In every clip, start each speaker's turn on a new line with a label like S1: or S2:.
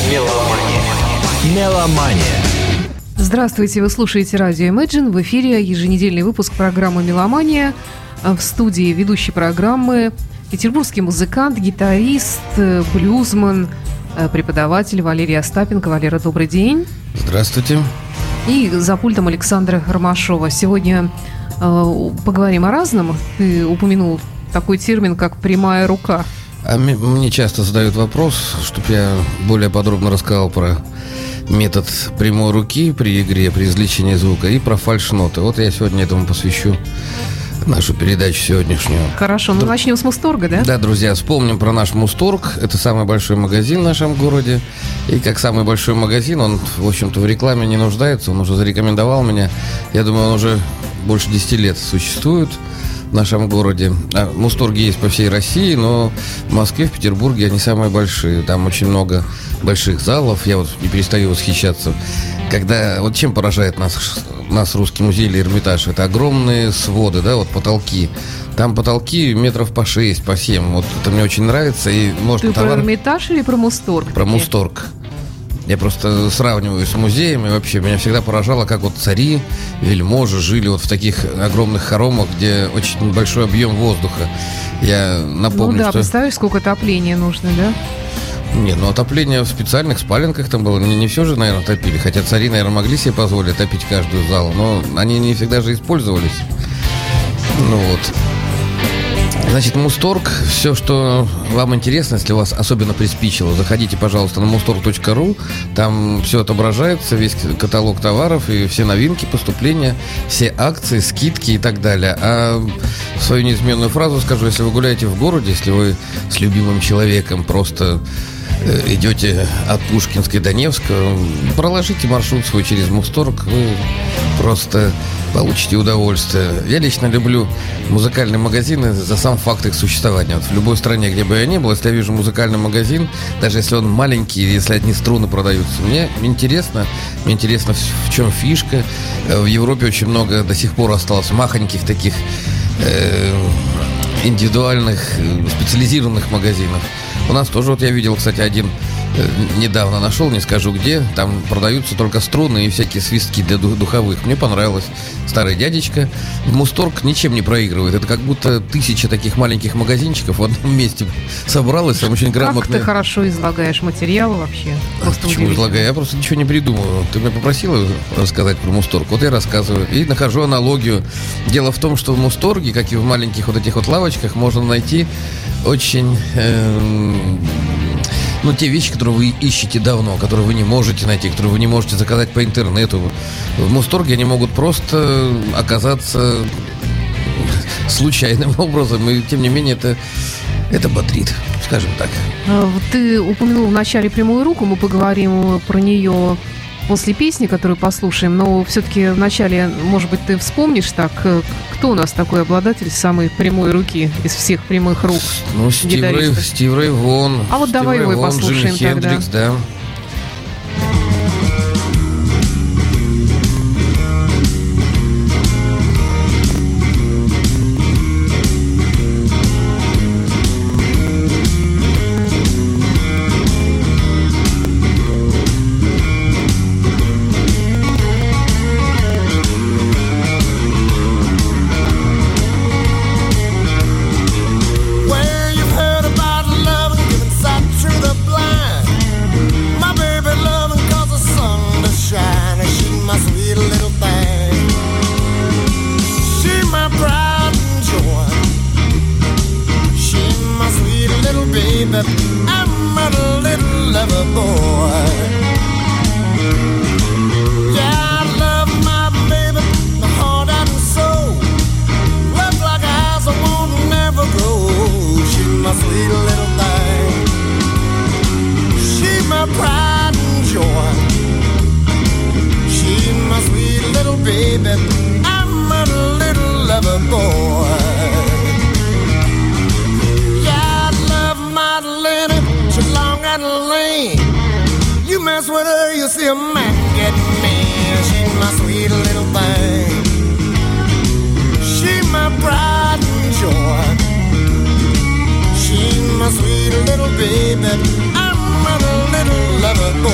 S1: Меломания.
S2: Здравствуйте, вы слушаете радио Imagine. В эфире еженедельный выпуск программы «Меломания». В студии ведущей программы петербургский музыкант, гитарист, блюзман, преподаватель Валерий Остапенко. Валера, добрый день.
S3: Здравствуйте.
S2: И за пультом Александра Ромашова. Сегодня поговорим о разном. Ты упомянул такой термин, как «прямая рука».
S3: А мне часто задают вопрос, чтобы я более подробно рассказал про метод прямой руки при игре, при извлечении звука и про фальш-ноты. Вот я сегодня этому посвящу нашу передачу сегодняшнюю.
S2: Хорошо, ну начнем с Мусторга, да?
S3: Да, друзья, вспомним про наш Мусторг. Это самый большой магазин в нашем городе. И как самый большой магазин, он, в общем-то, в рекламе не нуждается. Он уже зарекомендовал меня. Я думаю, он уже больше 10 лет существует в нашем городе. Мусторги есть по всей России, но в Москве, в Петербурге они самые большие. Там очень много больших залов. Я вот не перестаю восхищаться. Когда, вот чем поражает нас Русский музей или Эрмитаж? Это огромные своды, да, вот потолки. Там потолки метров по 6, по 7. Вот это мне очень нравится. И можно
S2: Ты про Эрмитаж или про Мусторг?
S3: Про Мусторг. Я просто сравниваю с музеями. Вообще, меня всегда поражало, как вот цари, вельможи жили вот в таких огромных хоромах, где очень большой объем воздуха. Я напомню,
S2: что... представляешь, сколько отопления нужно, да?
S3: Нет, ну отопление в специальных спаленках там было. Не все же, наверное, топили. Хотя цари, наверное, могли себе позволить топить каждую залу. Но они не всегда же использовались. Ну вот. Значит, Мусторг, все, что вам интересно, если у вас особенно приспичило, заходите, пожалуйста, на mustorg.ru. Там все отображается, весь каталог товаров и все новинки, поступления, все акции, скидки и так далее. А свою неизменную фразу скажу: если вы гуляете в городе, если вы с любимым человеком просто идете от Пушкинской до Невского, проложите маршрут свой через Мусторг, вы просто получите удовольствие. Я лично люблю музыкальные магазины за сам факт их существования. Вот в любой стране, где бы я ни был, если я вижу музыкальный магазин, даже если он маленький, если одни струны продаются, мне интересно, в чем фишка. В Европе очень много до сих пор осталось махоньких таких индивидуальных, специализированных магазинов. У нас тоже, вот я видел, кстати, один недавно нашел, не скажу где. Там продаются только струны и всякие свистки для духовых. Мне понравилось. Старый дядечка. Мусторг ничем не проигрывает. Это как будто 1000 таких маленьких магазинчиков в одном месте собралось. Там очень грамотно.
S2: Как ты хорошо излагаешь материалы вообще.
S3: Почему излагаю? Я просто ничего не придумываю. Ты меня попросила рассказать про Мусторг. Вот я рассказываю. И нахожу аналогию. Дело в том, что в Мусторге, как и в маленьких вот этих вот лавочках, можно найти очень... те вещи, которые вы ищете давно, которые вы не можете найти, которые вы не можете заказать по интернету. В Мусторге они могут просто оказаться случайным образом, и тем не менее это бодрит, скажем так.
S2: Ты упомянул в начале прямую руку, мы поговорим про нее после песни, которую послушаем, но все-таки вначале, может быть, ты вспомнишь так, кто у нас такой обладатель самой прямой руки из всех прямых рук?
S3: Ну, Стив Рэй Вон.
S2: А вот давай его и послушаем
S3: Джимми
S2: тогда.
S3: Хендрикс, да.
S4: I'm a little lover boy. Yeah, I love my baby, my heart and soul. Love like eyes I won't never grow. She's my sweet little thing. She's my pride and joy. She's my sweet little baby. I'm a little lover boy. She's long and lean. You mess with her, you see a man get mean. She's my sweet little thing. She's my pride and joy. She's my sweet little baby. I'm a little lover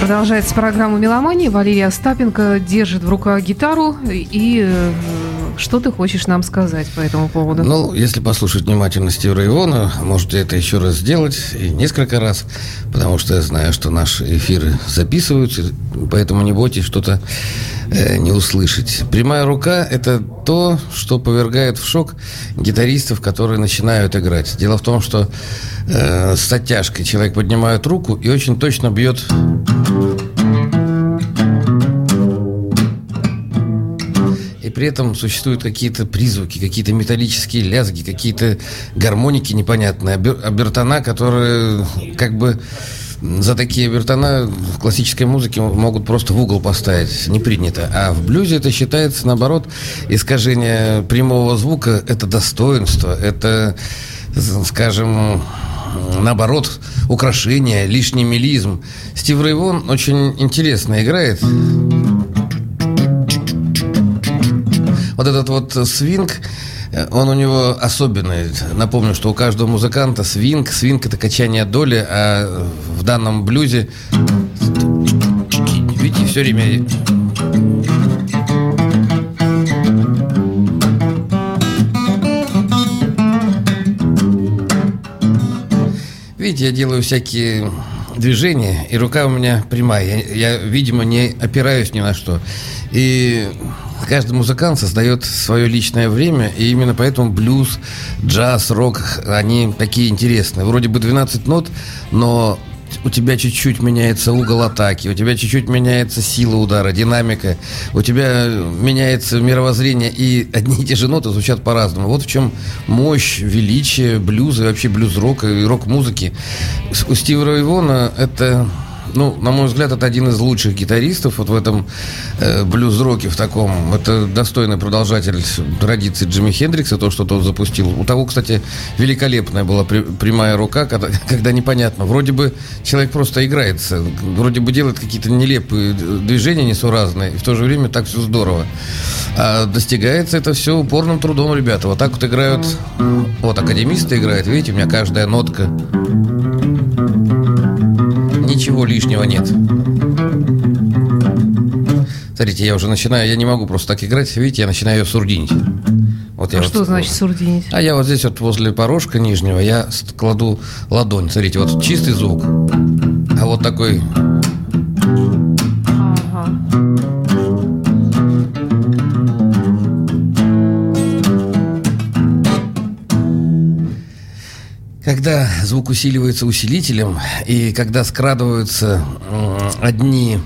S2: Продолжается программа «Меломания». Валерия Остапенко держит в руках гитару. И что ты хочешь нам сказать по этому поводу?
S3: Ну, если послушать внимательно Стива Рэй Вона, можете это еще раз сделать, и несколько раз, потому что я знаю, что наши эфиры записываются, поэтому не бойтесь что-то не услышать. Прямая рука – это то, что повергает в шок гитаристов, которые начинают играть. Дело в том, что с оттяжкой человек поднимает руку и очень точно бьет. И при этом существуют какие-то призвуки, какие-то металлические лязги, какие-то гармоники непонятные, обертона, которые как бы за такие обертона в классической музыке могут просто в угол поставить. Не принято. А в блюзе это считается, наоборот, искажение прямого звука. Это достоинство, это, скажем, наоборот, украшение, лишний мелизм. Стив Рэй Вон очень интересно играет. Вот этот вот свинг, он у него особенный. Напомню, что у каждого музыканта свинг это качание доли, а в данном блюзе, видите, все время... Видите, я делаю всякие движения, и рука у меня прямая. Я, видимо, не опираюсь ни на что. И каждый музыкант создает свое личное время, и именно поэтому блюз, джаз, рок, они такие интересные. Вроде бы 12 нот, но у тебя чуть-чуть меняется угол атаки, у тебя чуть-чуть меняется сила удара, динамика, у тебя меняется мировоззрение, и одни и те же ноты звучат по-разному. Вот в чем мощь, величие блюза, и вообще блюз-рока и рок-музыки. У Стива Рэй Вона это... Ну, на мой взгляд, это один из лучших гитаристов вот в этом блюз-роке, в таком. Это достойный продолжатель традиции Джимми Хендрикса, то, что тот запустил. У того, кстати, великолепная была прямая рука, когда непонятно. Вроде бы человек просто играется, вроде бы делает какие-то нелепые движения несуразные, и в то же время так все здорово. А достигается это все упорным трудом, ребята. Вот так вот играют, вот академисты играют, видите, у меня каждая нотка. Ничего лишнего нет. Смотрите, я уже начинаю, я не могу просто так играть. Видите, я начинаю ее сурдинить. Вот я
S2: что значит сурдинить?
S3: А я вот здесь вот возле порожка нижнего я кладу ладонь. Смотрите, вот чистый звук. А вот такой... Когда звук усиливается усилителем, и когда скрадываются одни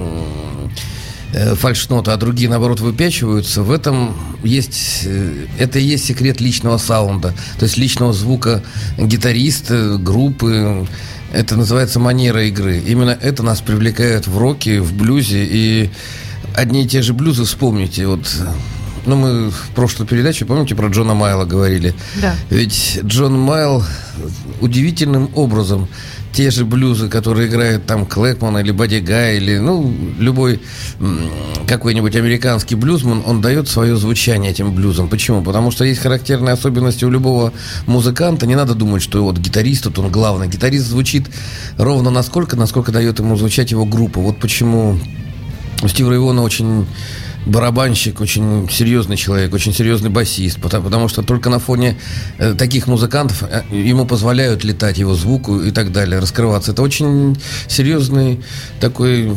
S3: фальшноты, а другие, наоборот, выпячиваются, в этом есть, это и есть секрет личного саунда, то есть личного звука гитариста, группы. Это называется манера игры. Именно это нас привлекает в роке, в блюзе, и одни и те же блюзы вспомните, вот... Ну, мы в прошлой передаче, помните, про Джона Майла говорили? Да. Ведь Джон Майл удивительным образом те же блюзы, которые играют там Клэкман или Бадди Гай, или, ну, любой какой-нибудь американский блюзман, он дает свое звучание этим блюзам. Почему? Потому что есть характерные особенности у любого музыканта. Не надо думать, что вот гитарист, тут он главный. Гитарист звучит ровно насколько дает ему звучать его группа. Вот почему у Стива Рэй Вона очень... барабанщик, очень серьезный человек, очень серьезный басист, потому что только на фоне таких музыкантов ему позволяют летать его звуку и так далее, раскрываться. Это очень серьезный такой...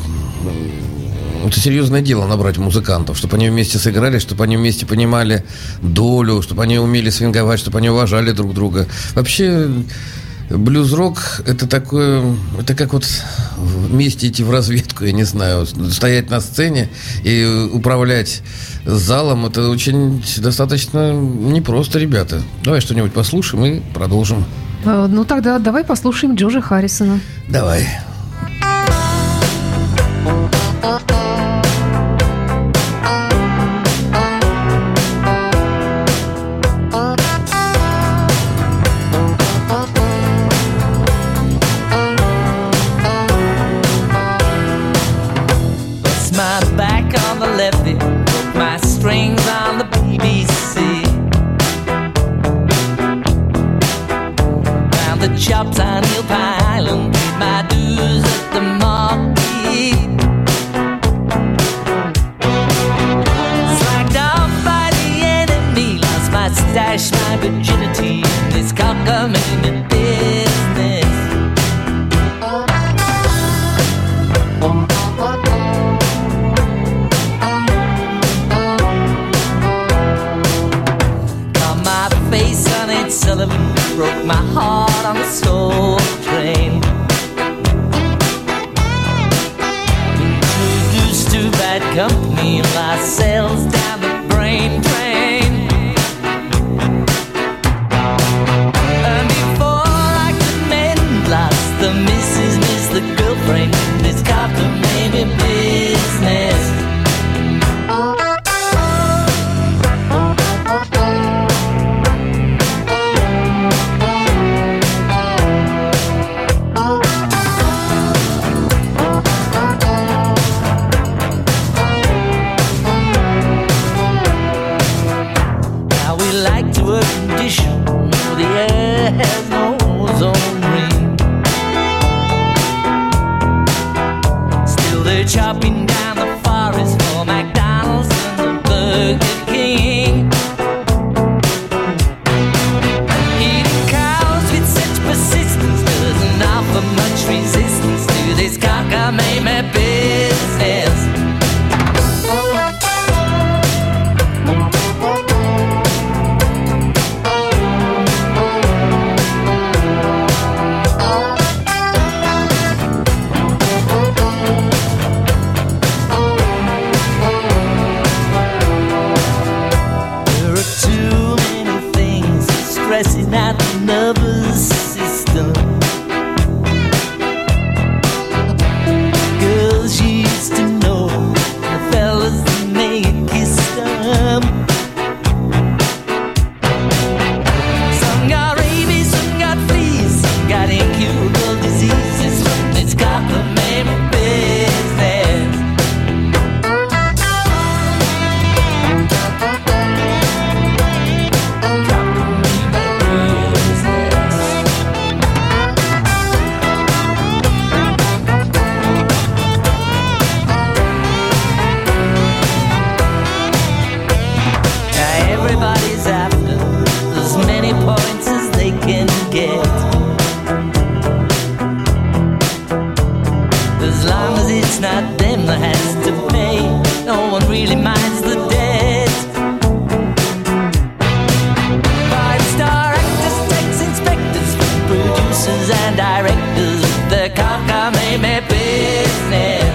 S3: Это серьезное дело набрать музыкантов, чтобы они вместе сыграли, чтобы они вместе понимали долю, чтобы они умели свинговать, чтобы они уважали друг друга. Вообще... Блюз-рок – это такое, это как вот вместе идти в разведку, я не знаю, стоять на сцене и управлять залом – это очень достаточно непросто, ребята. Давай что-нибудь послушаем и продолжим.
S2: Ну тогда давай послушаем Джорджа Харрисона.
S3: Давай.
S1: Chops on Hill Pile and paid my dues the cockamamie business.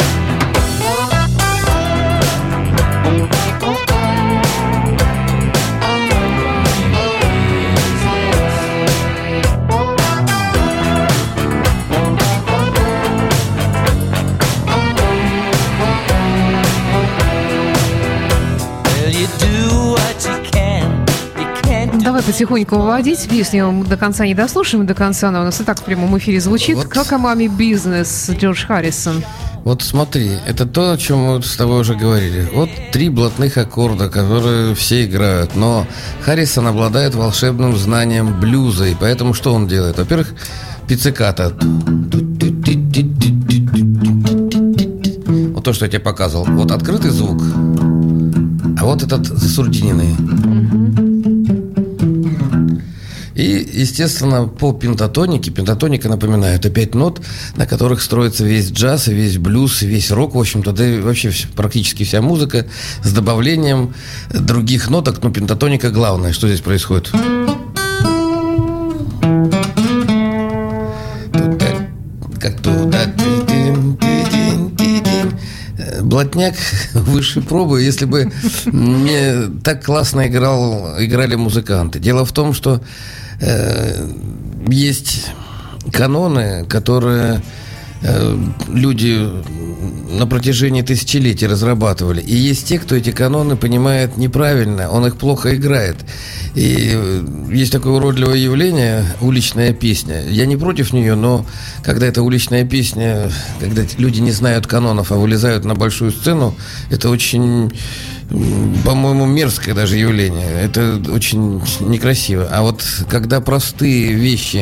S2: Давай потихоньку выводить песню. Мы до конца не дослушаем, до конца она у нас и так в прямом эфире звучит.
S3: Вот.
S2: «Кокомами Бизнес», Джордж Харрисон.
S3: Вот смотри, это то, о чем мы с тобой уже говорили. Вот 3 блатных аккорда, которые все играют. Но Харрисон обладает волшебным знанием блюза. И поэтому что он делает? Во-первых, пицциката. Вот то, что я тебе показывал. Вот открытый звук, а вот этот засурдиненный. И, естественно, по пентатонике. Пентатоника, напоминаю, это 5 нот, на которых строится весь джаз, и весь блюз, и весь рок, в общем-то, да и вообще практически вся музыка с добавлением других ноток. Но пентатоника главное. Что здесь происходит? Как туда. Блатняк высшей пробы, если бы не так классно играли музыканты. Дело в том, что есть каноны, которые люди на протяжении тысячелетий разрабатывали. И есть те, кто эти каноны понимает неправильно, он их плохо играет. И есть такое уродливое явление – уличная песня. Я не против нее, но когда это уличная песня, когда люди не знают канонов, а вылезают на большую сцену, это очень, по-моему, мерзкое даже явление. Это очень некрасиво. А вот когда простые вещи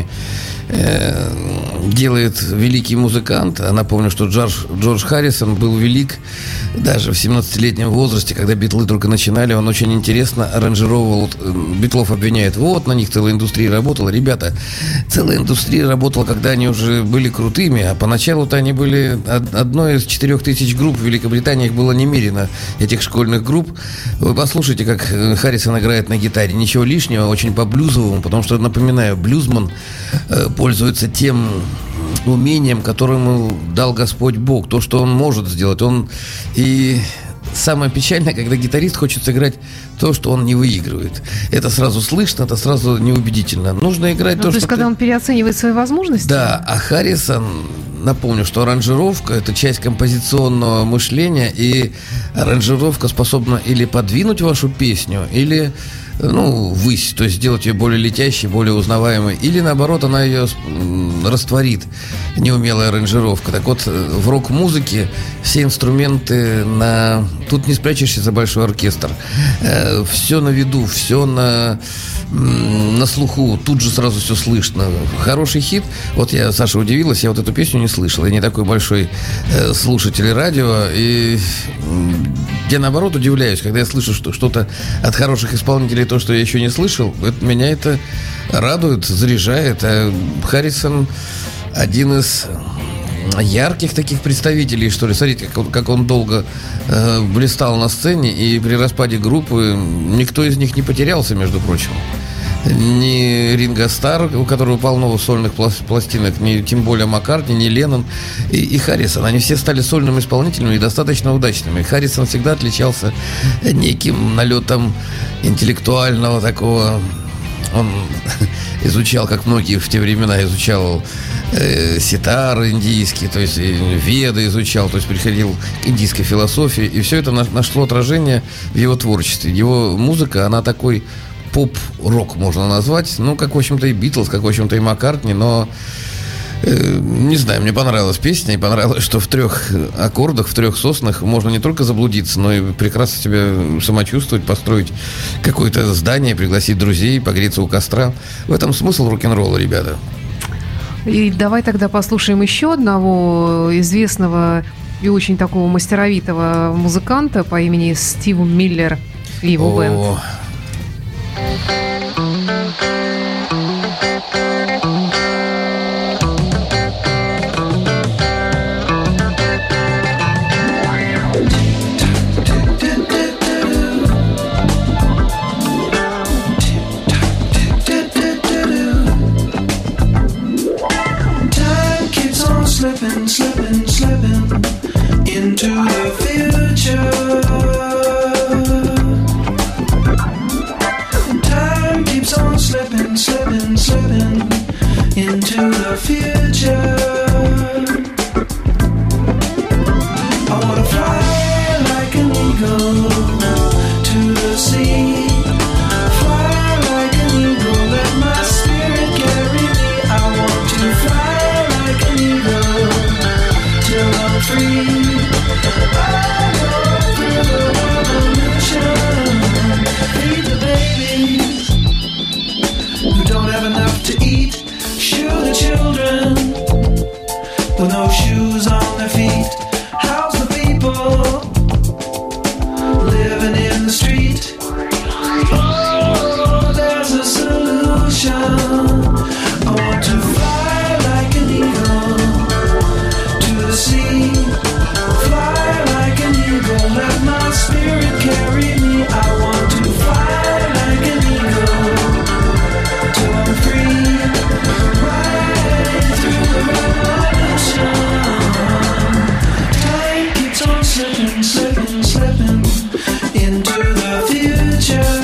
S3: делает великий музыкант. А напомню, что Джордж Харрисон был велик даже в 17-летнем возрасте, когда Битлы только начинали. Он очень интересно аранжировал. Битлов обвиняют, вот, на них целая индустрия работала. Ребята, целая индустрия работала, когда они уже были крутыми, а поначалу-то они были одной из 4000 групп. В Великобритании их было немерено, этих школьных групп. Вы послушайте, как Харрисон играет на гитаре. Ничего лишнего, очень по-блюзовому, потому что, напоминаю, блюзман пользуется тем умением, которое ему дал Господь Бог, то, что он может сделать. И самое печальное, когда гитарист хочет сыграть то, что он не выигрывает. Это сразу слышно, это сразу неубедительно. Нужно играть то,
S2: есть,
S3: что
S2: когда он переоценивает свои возможности?
S3: Да, а Харрисон, напомню, что аранжировка – это часть композиционного мышления, и аранжировка способна или подвинуть вашу песню, или ввысь, то есть сделать ее более летящей, более узнаваемой, или наоборот, она ее растворит, неумелая аранжировка. Так вот, в рок-музыке все инструменты тут не спрячешься за большой оркестр. Все на виду, все на слуху, тут же сразу все слышно. Хороший хит. Вот Саша удивилась, я вот эту песню не слышал. Я не такой большой слушатель радио, и я наоборот удивляюсь, когда я слышу что-то от хороших исполнителей, то, что я еще не слышал. Меня это радует, заряжает. А Харрисон один из ярких таких представителей, что ли. Смотрите, как он долго блистал на сцене, и при распаде группы никто из них не потерялся, между прочим. Ни Ринго Старр, у которого полно сольных пластинок, ни тем более Маккартни, ни Леннон и Харрисон. Они все стали сольными исполнителями и достаточно удачными. Харрисон всегда отличался неким налетом интеллектуального такого. Он изучал, как многие в те времена изучал ситар индийский, то есть веды изучал, то есть приходил к индийской философии, и все это нашло отражение в его творчестве. Его музыка, она такой поп-рок можно назвать, как, в общем-то, и Битлз, как, в общем-то, и Маккартни, но не знаю, мне понравилась песня, и понравилось, что в 3 аккордах, в 3 соснах можно не только заблудиться, но и прекрасно себя самочувствовать, построить какое-то здание, пригласить друзей, погреться у костра. В этом смысл рок-н-ролла, ребята.
S2: И давай тогда послушаем еще одного известного и очень такого мастеровитого музыканта по имени Стив Миллер и его бэнд.
S5: into the future. Time keeps on slipping, slipping, slipping into the future. I wanna fly like an eagle to the sea. Fly like an eagle, let my spirit carry me. I want to fly like an eagle till I'm free. I go through the revolution. Feed the babies who don't have enough to eat. Shoe the children with no shoes on their feet. House the people living in the street. Oh, there's a solution. I want to fly like an eagle to the sea. Fly like an eagle, let my spirit carry me. I want to fly like an eagle till I'm free. Right through the revolution. Time keeps on slipping, slipping, slipping into the future.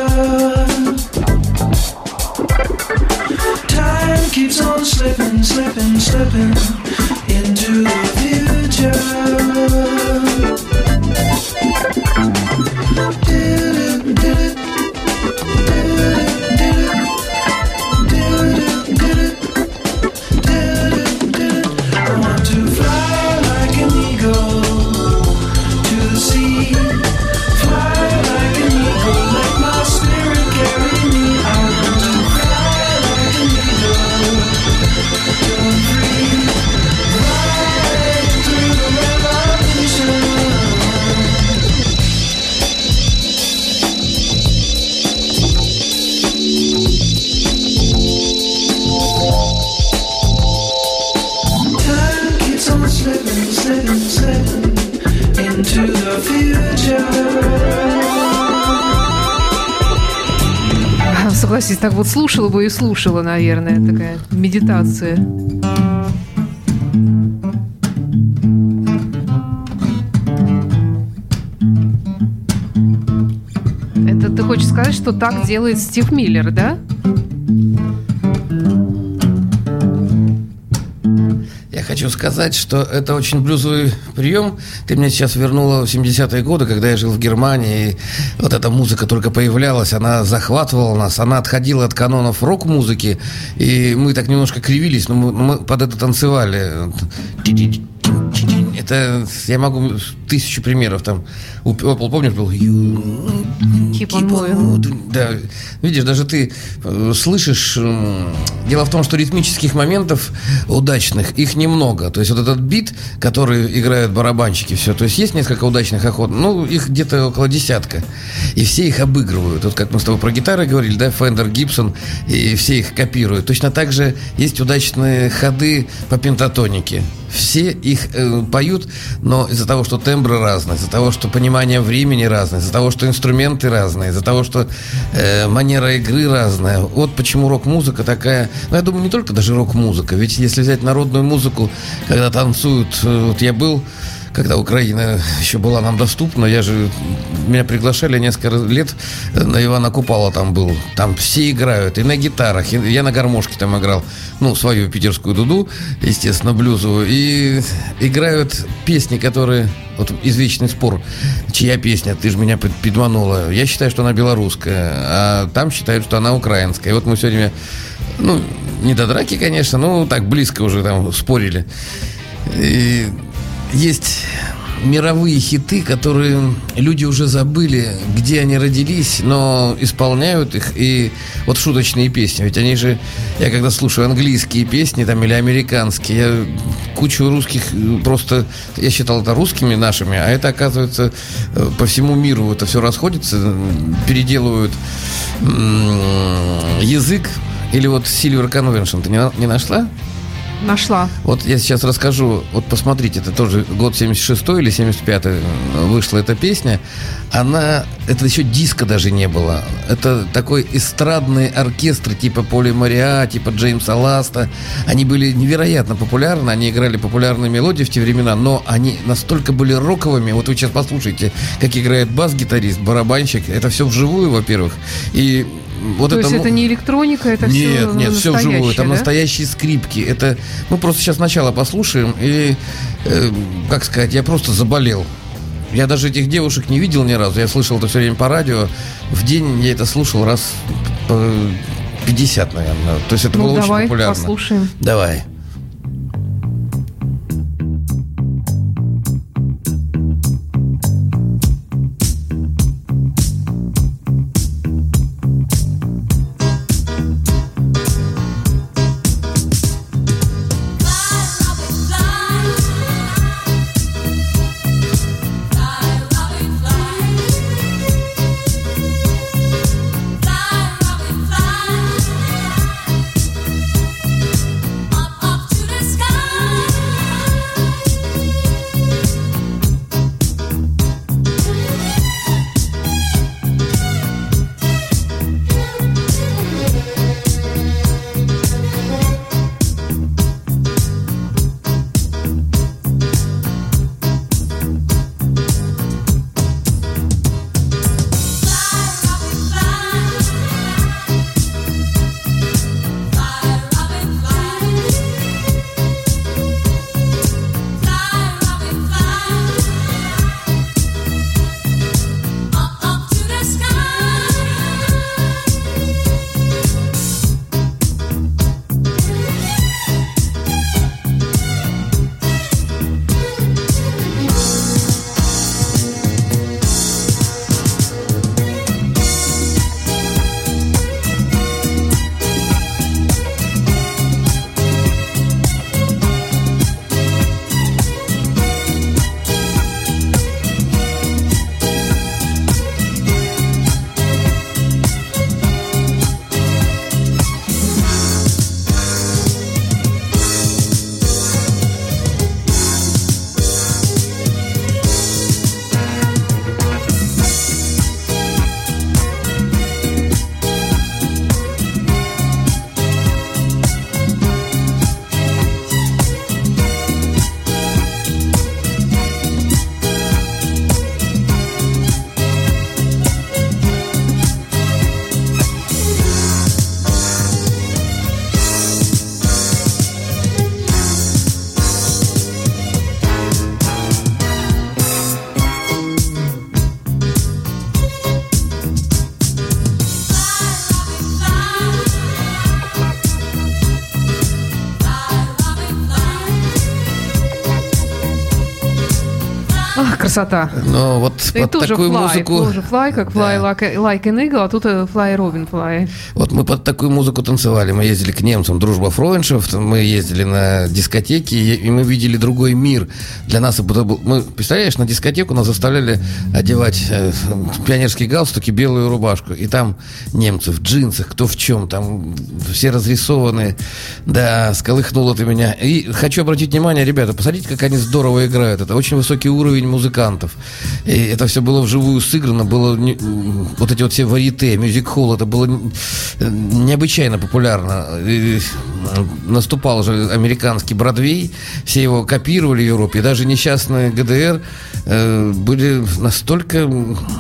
S5: Time keeps on slipping, slipping, slipping into the future. I want to fly like an eagle to the sea. Fly like an eagle, let my spirit carry me. I want to fly like an eagle till I'm free. Right through the revolution. Time keeps on slipping, slipping, slipping into the future.
S2: Согласись, так вот слушала бы и слушала, наверное, такая медитация. Это ты хочешь сказать, что так делает Стив Миллер, да?
S3: Я хочу сказать, что это очень блюзовый прием. Ты меня сейчас вернула в 70-е годы, когда я жил в Германии, и вот эта музыка только появлялась, она захватывала нас, она отходила от канонов рок-музыки, и мы так немножко кривились, но мы под это танцевали. Это я могу 1000 примеров там. У Apple, помнишь, был
S2: Keep on moving.
S3: Да, видишь, даже ты слышишь. Дело в том, что ритмических моментов удачных их немного. То есть вот этот бит, который играют барабанщики, все. То есть есть несколько удачных охот, ну их где-то около десятка, и все их обыгрывают. Вот как мы с тобой про гитары говорили, да, Fender, Gibson, и все их копируют. Точно так же есть удачные ходы по пентатонике. Все их поют, но из-за того, что тембры разные, из-за того, что понимание времени разное, из-за того, что инструменты разные, из-за того, что манера игры разная. Вот почему рок-музыка такая. Ну, я думаю, не только даже рок-музыка. Ведь если взять народную музыку, когда танцуют... Вот я был... Когда Украина еще была нам доступна, меня приглашали несколько лет, на Ивана Купала там был. Там все играют, и на гитарах, и я на гармошке там играл, ну, свою питерскую дуду, естественно, блюзовую, и играют песни, которые, вот извечный спор, чья песня, ты же меня подманула. Я считаю, что она белорусская, а там считают, что она украинская. И вот мы сегодня, ну, не до драки, конечно, но так близко уже там спорили. И есть мировые хиты, которые люди уже забыли, где они родились, но исполняют их. И вот шуточные песни, ведь они же, я когда слушаю английские песни там или американские, я кучу русских просто, я считал это русскими нашими, а это, оказывается, по всему миру это все расходится, переделывают язык. Или вот Silver Convention ты не нашла?
S2: Нашла.
S3: Вот я сейчас расскажу, вот посмотрите, это тоже год 76-й или 75-й вышла эта песня. Это еще диска даже не было. Это такой эстрадный оркестр типа Поли Мариа, типа Джеймса Ласта. Они были невероятно популярны, они играли популярные мелодии в те времена, но они настолько были роковыми. Вот вы сейчас послушайте, как играет бас-гитарист, барабанщик. Это все вживую, во-первых. И вот
S2: То есть это не электроника, это
S3: нет,
S2: все
S3: все вживую. Там
S2: да?
S3: настоящие скрипки. Это мы просто сейчас сначала послушаем. И, как сказать, я просто заболел. Я даже этих девушек не видел ни разу. Я слышал это все время по радио. В день я это слушал раз 50, наверное. То есть это было очень популярно.
S2: Давай послушаем.
S3: Давай.
S2: Красота.
S3: Но вот
S2: И
S3: под
S2: тоже
S3: такую
S2: fly,
S3: музыку...
S2: тоже fly, как fly like an eagle, а тут fly Robin fly.
S3: Вот мы под такую музыку танцевали. Мы ездили к немцам, дружба Фройншафт, мы ездили на дискотеки, и мы видели другой мир. Для нас это был... Мы, представляешь, на дискотеку нас заставляли одевать пионерские галстуки, белую рубашку. И там немцы в джинсах, кто в чем, там все разрисованные. Да, сколыхнуло ты меня. И хочу обратить внимание, ребята, посмотрите, как они здорово играют. Это очень высокий уровень музыкантов. И это все было вживую сыграно, было вот эти вот все варьете, мюзик-холл, это было необычайно популярно. И наступал же американский Бродвей, все его копировали в Европе, и даже несчастные ГДР были настолько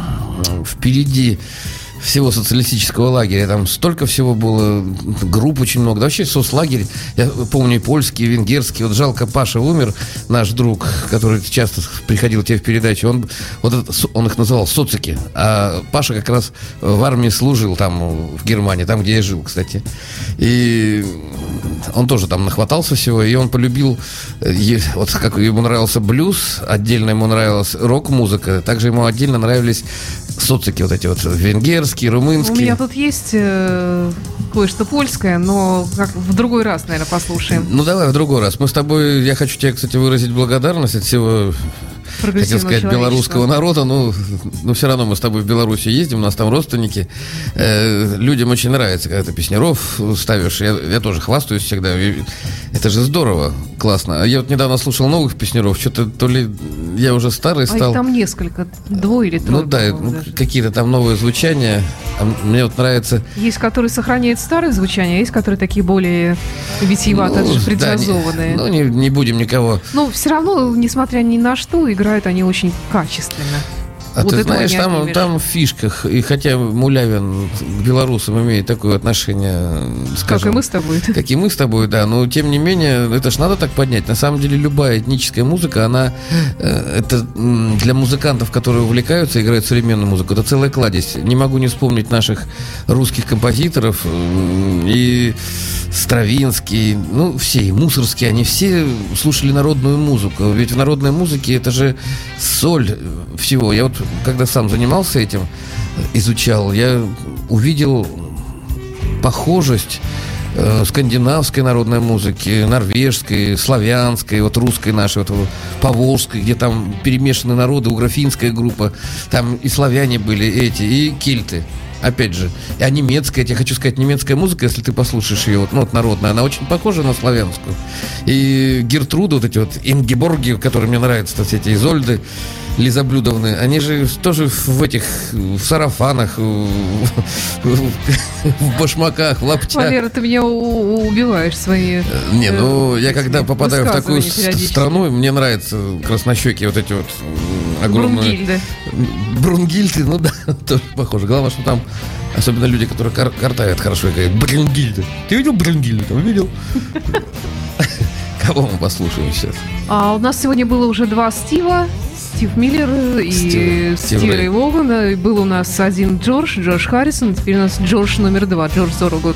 S3: впереди всего социалистического лагеря. Там столько всего было, групп очень много. Да вообще соцлагерь, я помню, и польский, и венгерский. Вот жалко, Паша умер, наш друг, который часто приходил тебе в передачу. Он их называл социки. А Паша как раз в армии служил там, в Германии, там, где я жил, кстати. И он тоже там нахватался всего, и он полюбил, вот как ему нравился блюз, отдельно ему нравилась рок-музыка, также ему отдельно нравились социки, вот эти вот венгерские, румынские.
S2: У меня тут есть кое-что польское, но как в другой раз, наверное, послушаем.
S3: Ну, давай в другой раз. Мы с тобой, я хочу тебе, кстати, выразить благодарность от всего хотел сказать, белорусского народа, но все равно мы с тобой в Беларуси ездим, у нас там родственники. Людям очень нравится, когда ты песняров ставишь. Я тоже хвастаюсь всегда. Это же здорово, классно. Я вот недавно слушал новых песняров, что-то то ли я уже старый стал.
S2: Их там несколько, 2 или 3.
S3: Ну да, какие-то там новые звучания. А мне вот нравится...
S2: Есть, которые сохраняют старое звучание, а есть, которые такие более витиевато предзазованные.
S3: Да, не будем никого...
S2: Но все равно, несмотря ни на что, играют они очень качественно.
S3: А
S2: вот
S3: ты знаешь, там в фишках, и хотя Мулявин к белорусам имеет такое отношение, скажем...
S2: Как и мы с тобой.
S3: Как и мы с тобой, да. Но, тем не менее, это ж надо так поднять. На самом деле, любая этническая музыка, она... Это для музыкантов, которые увлекаются, играют современную музыку, это целая кладезь. Не могу не вспомнить наших русских композиторов. И Стравинский, все, и Мусорский, они все слушали народную музыку. Ведь в народной музыке это же соль всего. Я вот, когда сам занимался этим, изучал, я увидел похожесть скандинавской народной музыки, норвежской, славянской, вот русской нашей, вот поволжской, где там перемешаны народы, угрофинская группа, там и славяне были эти, и кельты. Опять же, а немецкая, я хочу сказать, немецкая музыка, если ты послушаешь ее, вот народная, она очень похожа на славянскую. И Гертруда, вот эти вот Ингеборги, которые мне нравятся, все эти Изольды, Лизаблюдовны, они же тоже в сарафанах, в башмаках, в лаптях.
S2: Валера, ты меня убиваешь свои...
S3: я когда попадаю в такую страну, мне нравятся краснощекие вот эти вот огромные... Брунгильды, тоже похоже. Главное, что там, особенно люди, которые картают хорошо, говорят, Брунгильды. Ты видел Брунгильды? Там видел? Кого мы послушаем сейчас?
S2: У нас сегодня было уже 2 Стива. Стив Миллер и Стив Рэй Воган. Был у нас один Джордж Харрисон. Теперь у нас Джордж номер 2, Джордж Зорогод.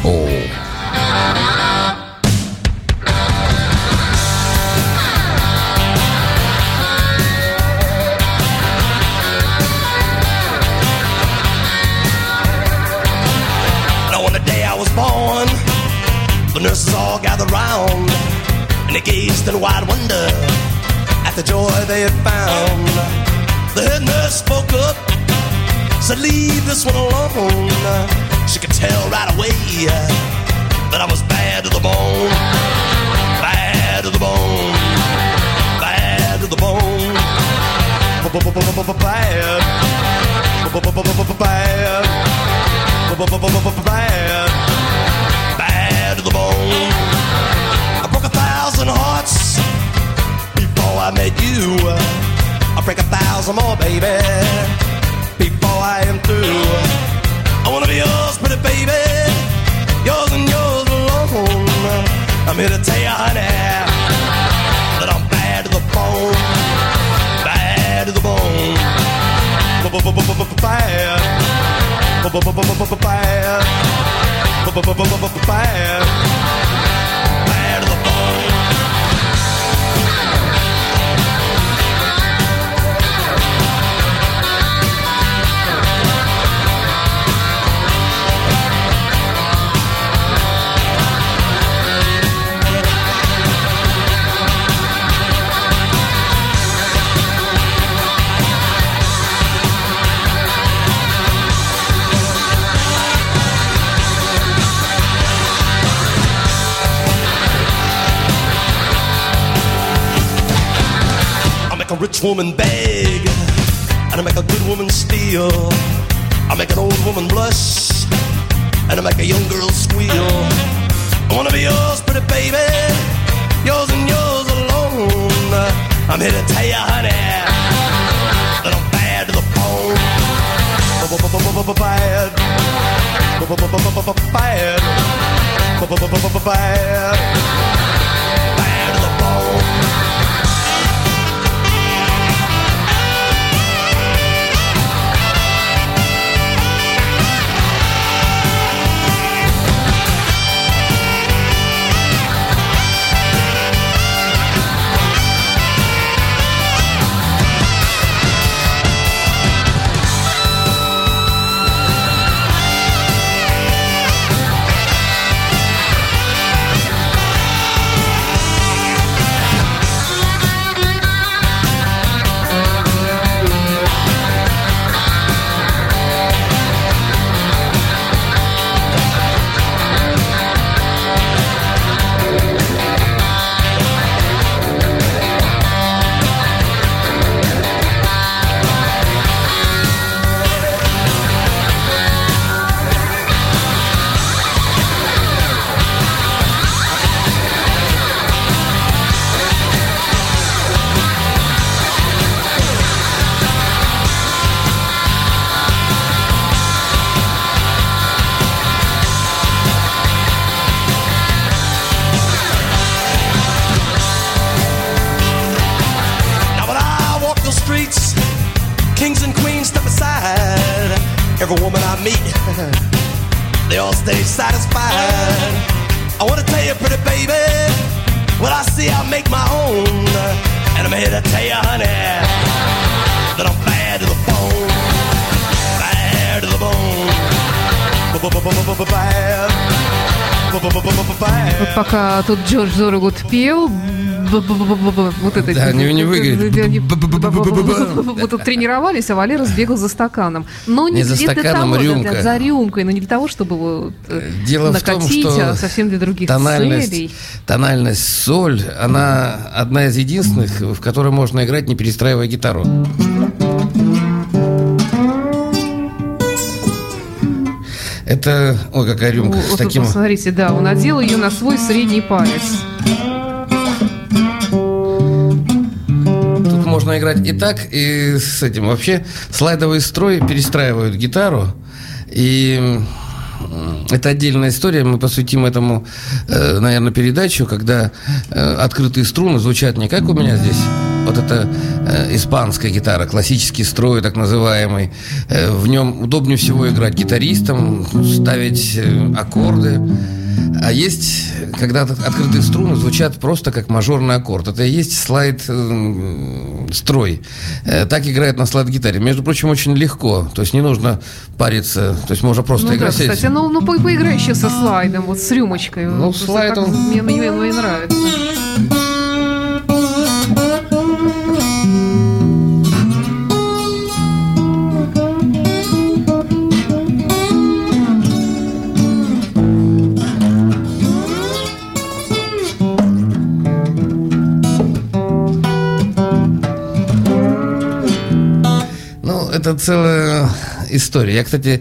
S4: The nurses all gathered round, and they gazed in wide wonder at the joy they had found. The head nurse spoke up, said, "Leave this one alone." She could tell right away that I was bad to the bone, bad to the bone, bad to the bone, bad, bad. To the bone. I broke 1,000 hearts before I met you. I'll break 1,000 more, baby, before I am through. I wanna be yours, pretty baby, yours and yours alone. I'm here to tell you, honey, that I'm bad to the bone, bad to the bone, bad, bad. Bad, bad to the bone. A rich woman beg, and I make a good woman steal. I make an old woman blush, and I make a young girl squeal. I wanna be yours, pretty baby, yours and yours alone. I'm here to tell you, honey, that I'm bad to the bone. Bad, bad, bad, bad to the bone. every woman I meet, they all stay satisfied. I wanna tell you, pretty baby, what I see I make my own. And I'm here to tell you, honey, that I'm bad to the bone. Bad to the bone. Bad.
S2: Вот пока тут Джордж Зорогуд пел, вот это...
S3: Да, не выиграет.
S2: Вот тут тренировались, а Валера сбегал за стаканом. Но
S3: Не за стаканом, рюмка.
S2: За рюмкой, но не для того, чтобы его
S3: Дело
S2: накатить,
S3: в том, что
S2: а совсем для других целей.
S3: тональность соль, она одна из единственных, в которой можно играть, не перестраивая гитару. Это, ой, какая рюмка.
S2: Вот таким... Посмотрите, да, он надел ее на свой средний палец.
S3: Тут можно играть и так, и с этим. Вообще слайдовый строй перестраивают гитару, и это отдельная история. Мы посвятим этому, наверное, передачу, когда открытые струны звучат не как у меня здесь. Вот это испанская гитара, классический строй так называемый. В нем удобнее всего играть гитаристам, ставить аккорды. А есть, когда открытые струны звучат просто как мажорный аккорд. Это и есть слайд-строй. Так играют на слайд-гитаре. Между прочим, очень легко. То есть не нужно париться. То есть можно просто играть.
S2: Да, кстати, поиграй еще со слайдом, вот с рюмочкой.
S3: Ну, слайд он...
S2: Мне нравится.
S3: Это целая история. Я, кстати,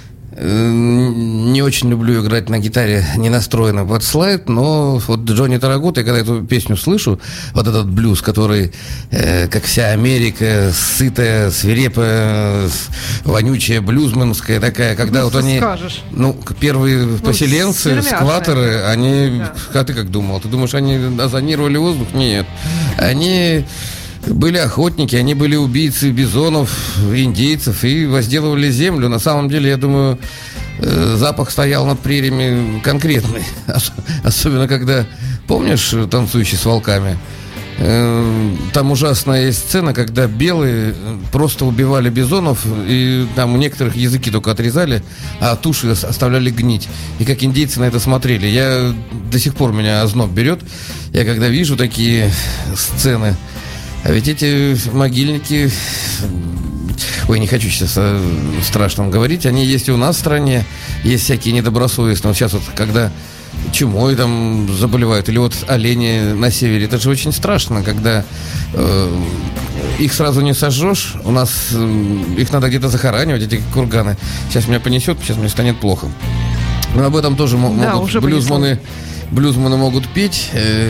S3: не очень люблю играть на гитаре, не настроенной под слайд, но вот Джонни Тарагота, я когда эту песню слышу, вот этот блюз, который, как вся Америка, сытая, свирепая, вонючая, блюзманская такая, когда вот они...
S2: Скажешь.
S3: Ну, первые поселенцы, скваторы, они...
S2: Да.
S3: А ты как думал? Ты думаешь, они озонировали воздух? Нет. Они... были охотники, они были убийцы бизонов, индейцев и возделывали землю. На самом деле, я думаю, запах стоял над прериями конкретный. Особенно, когда, помнишь, «Танцующий с волками»? Там ужасная есть сцена, когда белые просто убивали бизонов, и там у некоторых языки только отрезали, а туши оставляли гнить. И как индейцы на это смотрели. Я до сих пор меня озноб берет. Я когда вижу такие сцены. А ведь эти могильники, ой, не хочу сейчас о страшном говорить, они есть и у нас в стране, есть всякие недобросовестные. Вот сейчас вот, когда чумой там заболевают, или вот олени на севере, это же очень страшно, когда их сразу не сожжешь, у нас их надо где-то захоранивать, эти курганы. Сейчас меня понесет, сейчас мне станет плохо. Но об этом тоже могут блюзманы могут петь.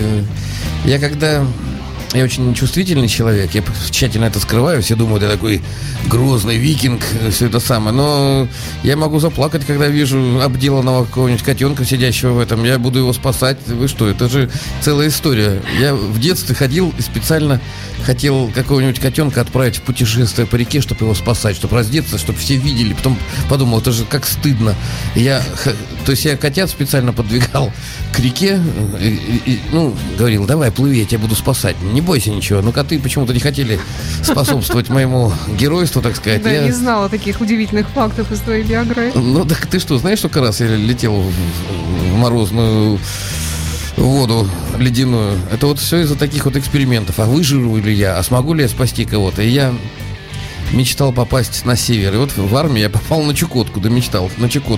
S3: Я очень чувствительный человек, я тщательно это скрываю, все думают, я такой грозный викинг, все это самое, но я могу заплакать, когда вижу обделанного какого-нибудь котенка, сидящего в этом, я буду его спасать, вы что, это же целая история. Я в детстве ходил и специально хотел какого-нибудь котенка отправить в путешествие по реке, чтобы его спасать, чтобы раздеться, чтобы все видели, потом подумал, это же как стыдно. Я котят специально подвигал к реке, говорил, давай, плыви, я тебя буду спасать. Не бойся ничего. Но коты почему-то не хотели способствовать моему геройству, так сказать.
S2: Да, не знала таких удивительных фактов из твоей биографии.
S3: Ну, так ты что, знаешь, сколько раз я летел в морозную воду ледяную? Это вот все из-за таких вот экспериментов. А выживу ли я? А смогу ли я спасти кого-то? И я мечтал попасть на север. И вот в армии я попал на Чукотку, домечтался.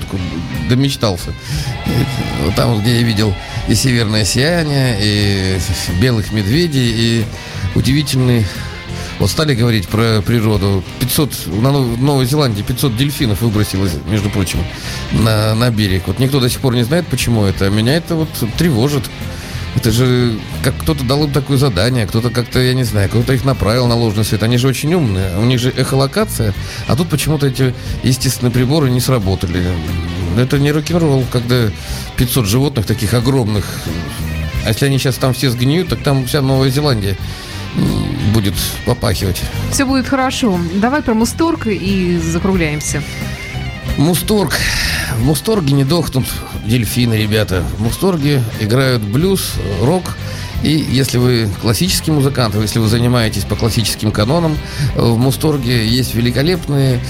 S3: Там, где я видел и северное сияние, и белых медведей, и удивительный... Вот стали говорить про природу. На Новой Зеландии 500 дельфинов выбросилось, между прочим, на берег. Вот никто до сих пор не знает, почему это. А меня это вот тревожит. Это же как кто-то дал им такое задание, кто-то как-то, я не знаю, кто-то их направил на ложный свет. Они же очень умные, у них же эхолокация, а тут почему-то эти естественные приборы не сработали. Это не рок-н-ролл, когда 500 животных таких огромных. А если они сейчас там все сгниют, так там вся Новая Зеландия будет попахивать.
S2: Все будет хорошо. Давай про Мусторг и закругляемся.
S3: Мусторг. В Мусторге не дохнут дельфины, ребята. В Мусторге играют блюз, рок. И если вы классический музыкант, если вы занимаетесь по классическим канонам, в Мусторге есть великолепные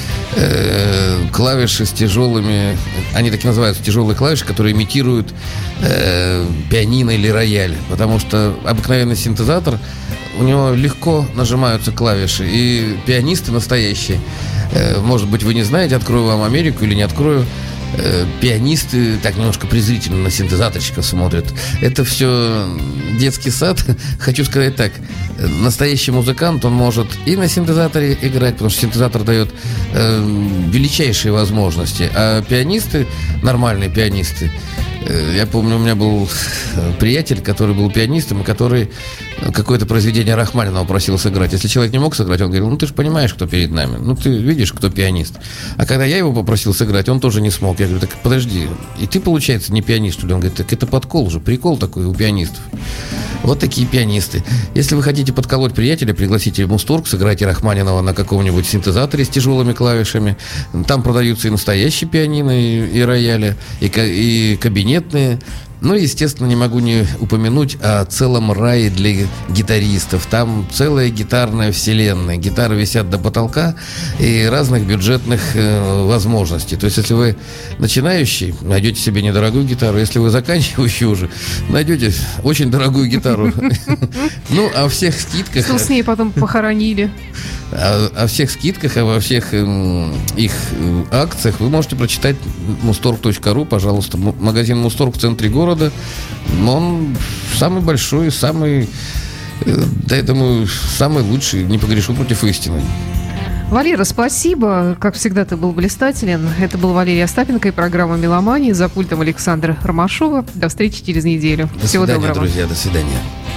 S3: клавиши с тяжелыми, они так и называются, тяжелые клавиши, которые имитируют пианино или рояль. Потому что обыкновенный синтезатор, у него легко нажимаются клавиши. И пианисты настоящие, может быть, вы не знаете, открою вам Америку или не открою, пианисты так немножко презрительно на синтезаторщиков смотрят. Это все детский сад. Хочу сказать так: настоящий музыкант, он может и на синтезаторе играть, потому что синтезатор дает величайшие возможности. А пианисты, нормальные пианисты, я помню, у меня был приятель, который был пианистом, и который какое-то произведение Рахманинова просил сыграть. Если человек не мог сыграть, он говорил: ну ты же понимаешь, кто перед нами, ну ты видишь, кто пианист. А когда я его попросил сыграть, он тоже не смог. Я говорю: так подожди, и ты, получается, не пианист, что ли? Он говорит: так это подкол же, прикол такой у пианистов. Вот такие пианисты. Если вы хотите подколоть приятеля, пригласите в Мусторг, сыграйте Рахманинова на каком-нибудь синтезаторе с тяжелыми клавишами. Там продаются и настоящие пианино, и рояли, и кабинетные. Ну, естественно, не могу не упомянуть о целом рае для гитаристов. Там целая гитарная вселенная. Гитары висят до потолка и разных бюджетных возможностей. То есть, если вы начинающий, найдете себе недорогую гитару. Если вы заканчивающий уже, найдете очень дорогую гитару. Ну, о всех скидках...
S2: Что с ней потом похоронили?
S3: О всех скидках, во всех их акциях вы можете прочитать mustorg.ru, пожалуйста. Магазин Мусторг в центре города. Он самый большой, самый, да, я думаю, самый лучший. Не погрешу против истины.
S2: Валера, спасибо. Как всегда, ты был блистателен. Это был Валерий Остапенко и программа «Меломания». За пультом Александра Ромашова. До встречи через неделю. Всего доброго.
S3: До свидания, друзья. До свидания.